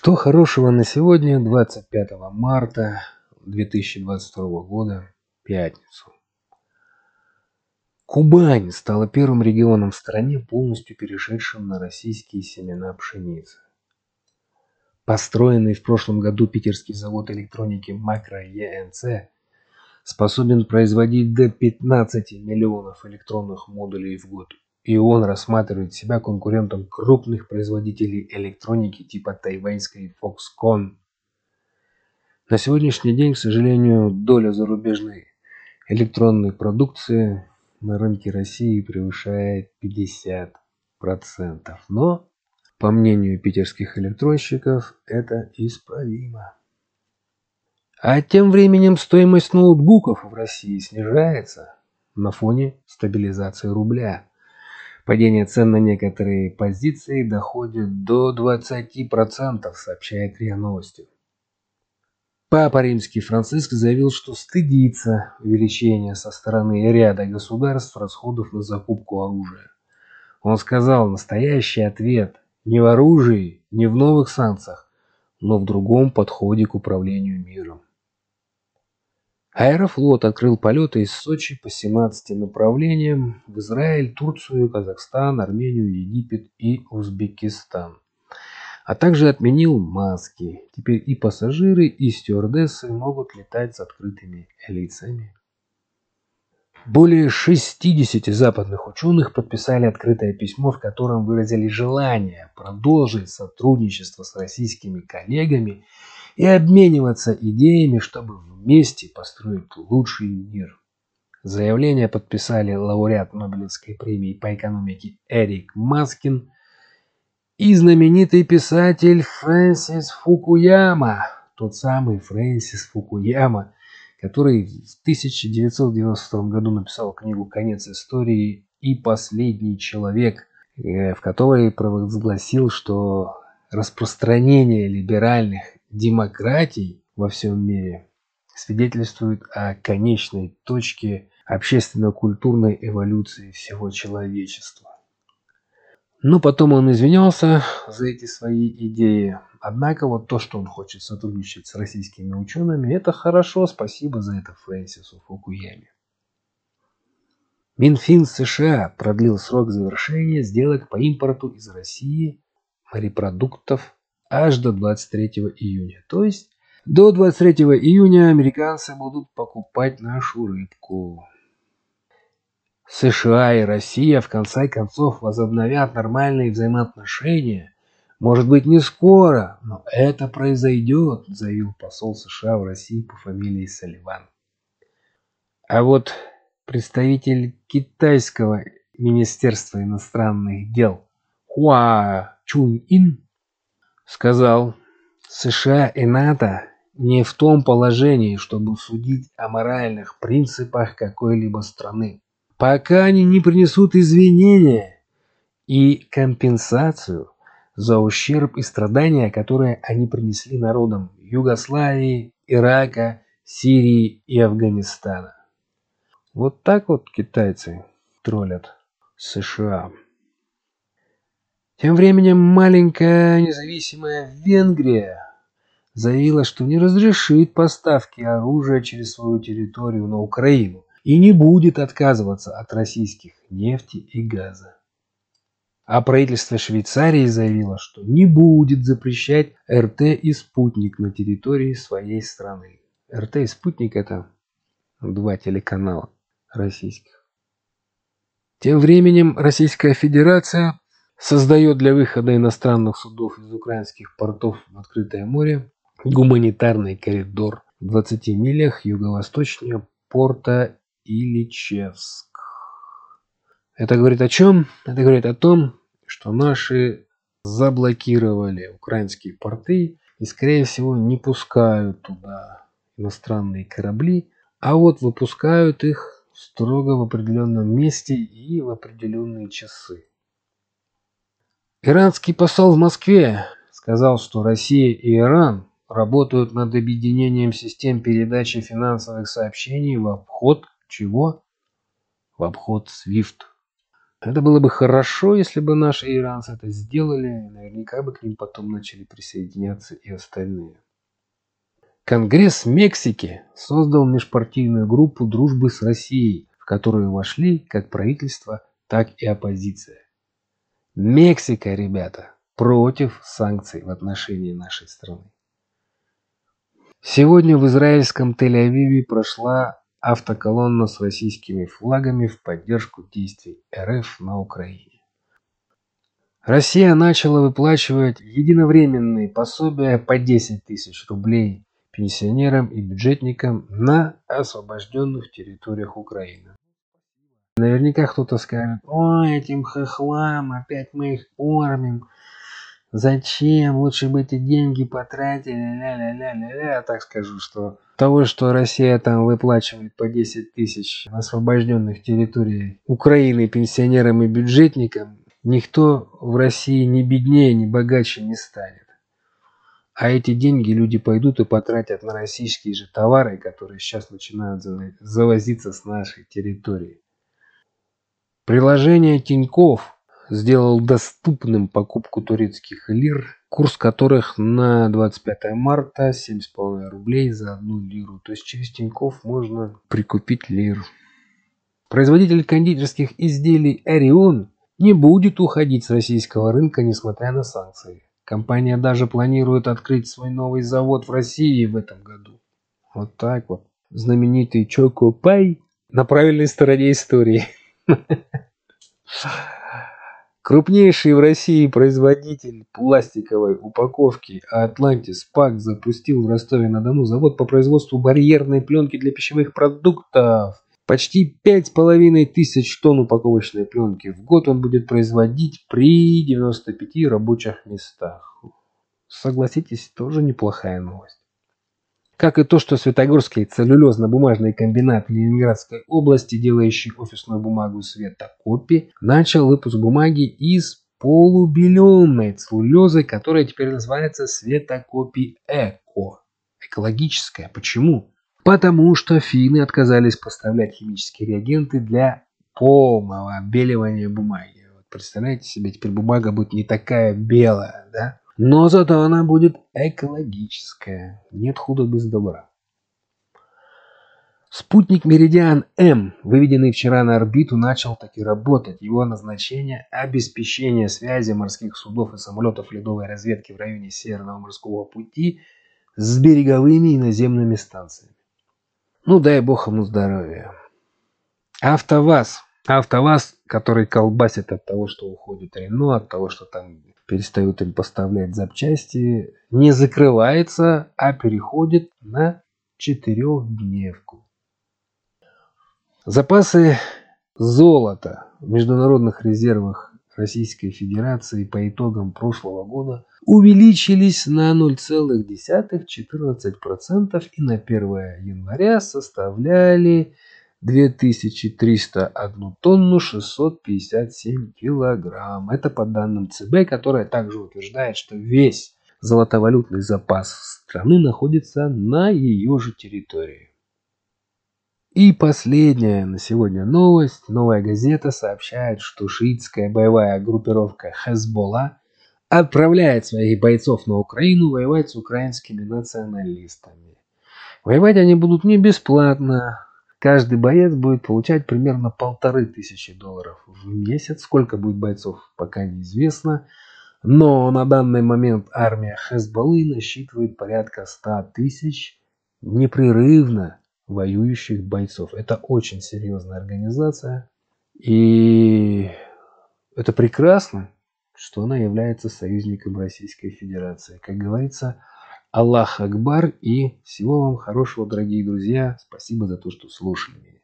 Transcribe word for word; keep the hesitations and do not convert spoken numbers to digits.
Что хорошего на сегодня, двадцать пятого марта две тысячи двадцать второго года, пятницу? Кубань стала первым регионом в стране, полностью перешедшим на российские семена пшеницы. Построенный в прошлом году питерский завод электроники Макро Е Н Ц способен производить до пятнадцати миллионов электронных модулей в год, и он рассматривает себя конкурентом крупных производителей электроники типа тайваньской Foxconn. На сегодняшний день, к сожалению, доля зарубежной электронной продукции на рынке России превышает пятьдесят процентов. Но, по мнению питерских электронщиков, это исправимо. А тем временем стоимость ноутбуков в России снижается на фоне стабилизации рубля. Падение цен на некоторые позиции доходит до двадцати процентов, сообщает РИА Новости. Папа Римский Франциск заявил, что стыдится увеличения со стороны ряда государств расходов на закупку оружия. Он сказал, настоящий ответ не в оружии, не в новых санкциях, но в другом подходе к управлению миром. Аэрофлот открыл полеты из Сочи по семнадцати направлениям в Израиль, Турцию, Казахстан, Армению, Египет и Узбекистан. А также отменил маски. Теперь и пассажиры, и стюардессы могут летать с открытыми лицами. Более шестидесяти западных ученых подписали открытое письмо, в котором выразили желание продолжить сотрудничество с российскими коллегами и обмениваться идеями, чтобы вместе построить лучший мир. Заявление подписали лауреат Нобелевской премии по экономике Эрик Маскин и знаменитый писатель Фрэнсис Фукуяма, тот самый Фрэнсис Фукуяма, который в тысяча девятьсот девяносто втором году написал книгу «Конец истории» и «Последний человек», в которой провозгласил, что распространение либеральных демократий во всем мире свидетельствует о конечной точке общественно-культурной эволюции всего человечества. Но потом он извинялся за эти свои идеи. Однако вот то, что он хочет сотрудничать с российскими учеными, это хорошо, спасибо за это Фрэнсису Фукуяме. Минфин США продлил срок завершения сделок по импорту из России морепродуктов аж до двадцать третьего июня. То есть до двадцать третьего июня американцы будут покупать нашу рыбку. США и Россия в конце концов возобновят нормальные взаимоотношения. Может быть, не скоро, но это произойдет, заявил посол США в России по фамилии Салливан. А вот представитель китайского министерства иностранных дел Хуа Чуньин сказал, США и НАТО не в том положении, чтобы судить о моральных принципах какой-либо страны, пока они не принесут извинения и компенсацию за ущерб и страдания, которые они принесли народам Югославии, Ирака, Сирии и Афганистана. Вот так вот китайцы троллят США. Тем временем маленькая независимая Венгрия заявила, что не разрешит поставки оружия через свою территорию на Украину и не будет отказываться от российских нефти и газа. А правительство Швейцарии заявило, что не будет запрещать Эр Тэ и Спутник на территории своей страны. Эр Тэ и Спутник — это два телеканала российских. Тем временем Российская Федерация создает для выхода иностранных судов из украинских портов в открытое море гуманитарный коридор в двадцати милях юго-восточнее порта Ильичевск. Это говорит о чем? Это говорит о том, что наши заблокировали украинские порты и, скорее всего, не пускают туда иностранные корабли, а вот выпускают их строго в определенном месте и в определенные часы. Иранский посол в Москве сказал, что Россия и Иран работают над объединением систем передачи финансовых сообщений в обход чего? В обход свифт. Это было бы хорошо, если бы наши иранцы это сделали, наверняка бы к ним потом начали присоединяться и остальные. Конгресс Мексики создал межпартийную группу дружбы с Россией, в которую вошли как правительство, так и оппозиция. Мексика, ребята, против санкций в отношении нашей страны. Сегодня в израильском Тель-Авиве прошла автоколонна с российскими флагами в поддержку действий РФ на Украине. Россия начала выплачивать единовременные пособия по десять тысяч рублей пенсионерам и бюджетникам на освобожденных территориях Украины. Наверняка кто-то скажет: ой, этим хохлам опять мы их кормим. Зачем? Лучше бы эти деньги потратили. Ля-ля-ля-ля-ля. Я так скажу, что того, что Россия там выплачивает по десять тысяч на освобожденных территориях Украины пенсионерам и бюджетникам, никто в России ни беднее, ни богаче не станет. А эти деньги люди пойдут и потратят на российские же товары, которые сейчас начинают завозиться с нашей территории. Приложение Тинькофф сделал доступным покупку турецких лир, курс которых на двадцать пятое марта семь с половиной рублей за одну лиру. То есть через Тинькофф можно прикупить лир. Производитель кондитерских изделий Орион не будет уходить с российского рынка, несмотря на санкции. Компания даже планирует открыть свой новый завод в России в этом году. Вот так вот. Знаменитый Choco Pie на правильной стороне истории. Крупнейший в России производитель пластиковой упаковки Atlantis Pack запустил в Ростове-на-Дону завод по производству барьерной пленки для пищевых продуктов. Почти пять с половиной тысяч тонн упаковочной пленки в год он будет производить при девяноста пяти рабочих местах. Согласитесь, тоже неплохая новость. Как и то, что Светогорский целлюлезно-бумажный комбинат Ленинградской области, делающий офисную бумагу Светокопи, начал выпуск бумаги из полубелемной целлюлозы, которая теперь называется Светокопи Эко. Экологическая. Почему? Потому что финны отказались поставлять химические реагенты для полного обеливания бумаги. Вот представляете себе, теперь бумага будет не такая белая, да? Но зато она будет экологическая. Нет худа без добра. Спутник Меридиан-М, выведенный вчера на орбиту, начал таки работать. Его назначение – обеспечение связи морских судов и самолетов ледовой разведки в районе Северного морского пути с береговыми и наземными станциями. Ну, дай бог ему здоровья. АвтоВАЗ. АвтоВАЗ, который колбасит от того, что уходит Рено, от того, что там перестают им поставлять запчасти, не закрывается, а переходит на четырехдневку. Запасы золота в международных резервах Российской Федерации по итогам прошлого года увеличились на ноль целых четырнадцать сотых процента и на первое января составляли две тысячи триста одну тонну шестьсот пятьдесят семь килограмм. Это по данным ЦБ, которая также утверждает, что весь золотовалютный запас страны находится на ее же территории. И последняя на сегодня новость. Новая газета сообщает, что шиитская боевая группировка Хезболла отправляет своих бойцов на Украину воевать с украинскими националистами. Воевать они будут не бесплатно. Каждый боец будет получать примерно полторы тысячи долларов в месяц. Сколько будет бойцов, пока неизвестно. Но на данный момент армия Хезболлы насчитывает порядка ста тысяч непрерывно воюющих бойцов. Это очень серьезная организация. И это прекрасно, что она является союзником Российской Федерации. Как говорится, Аллах Акбар, и всего вам хорошего, дорогие друзья. Спасибо за то, что слушали меня.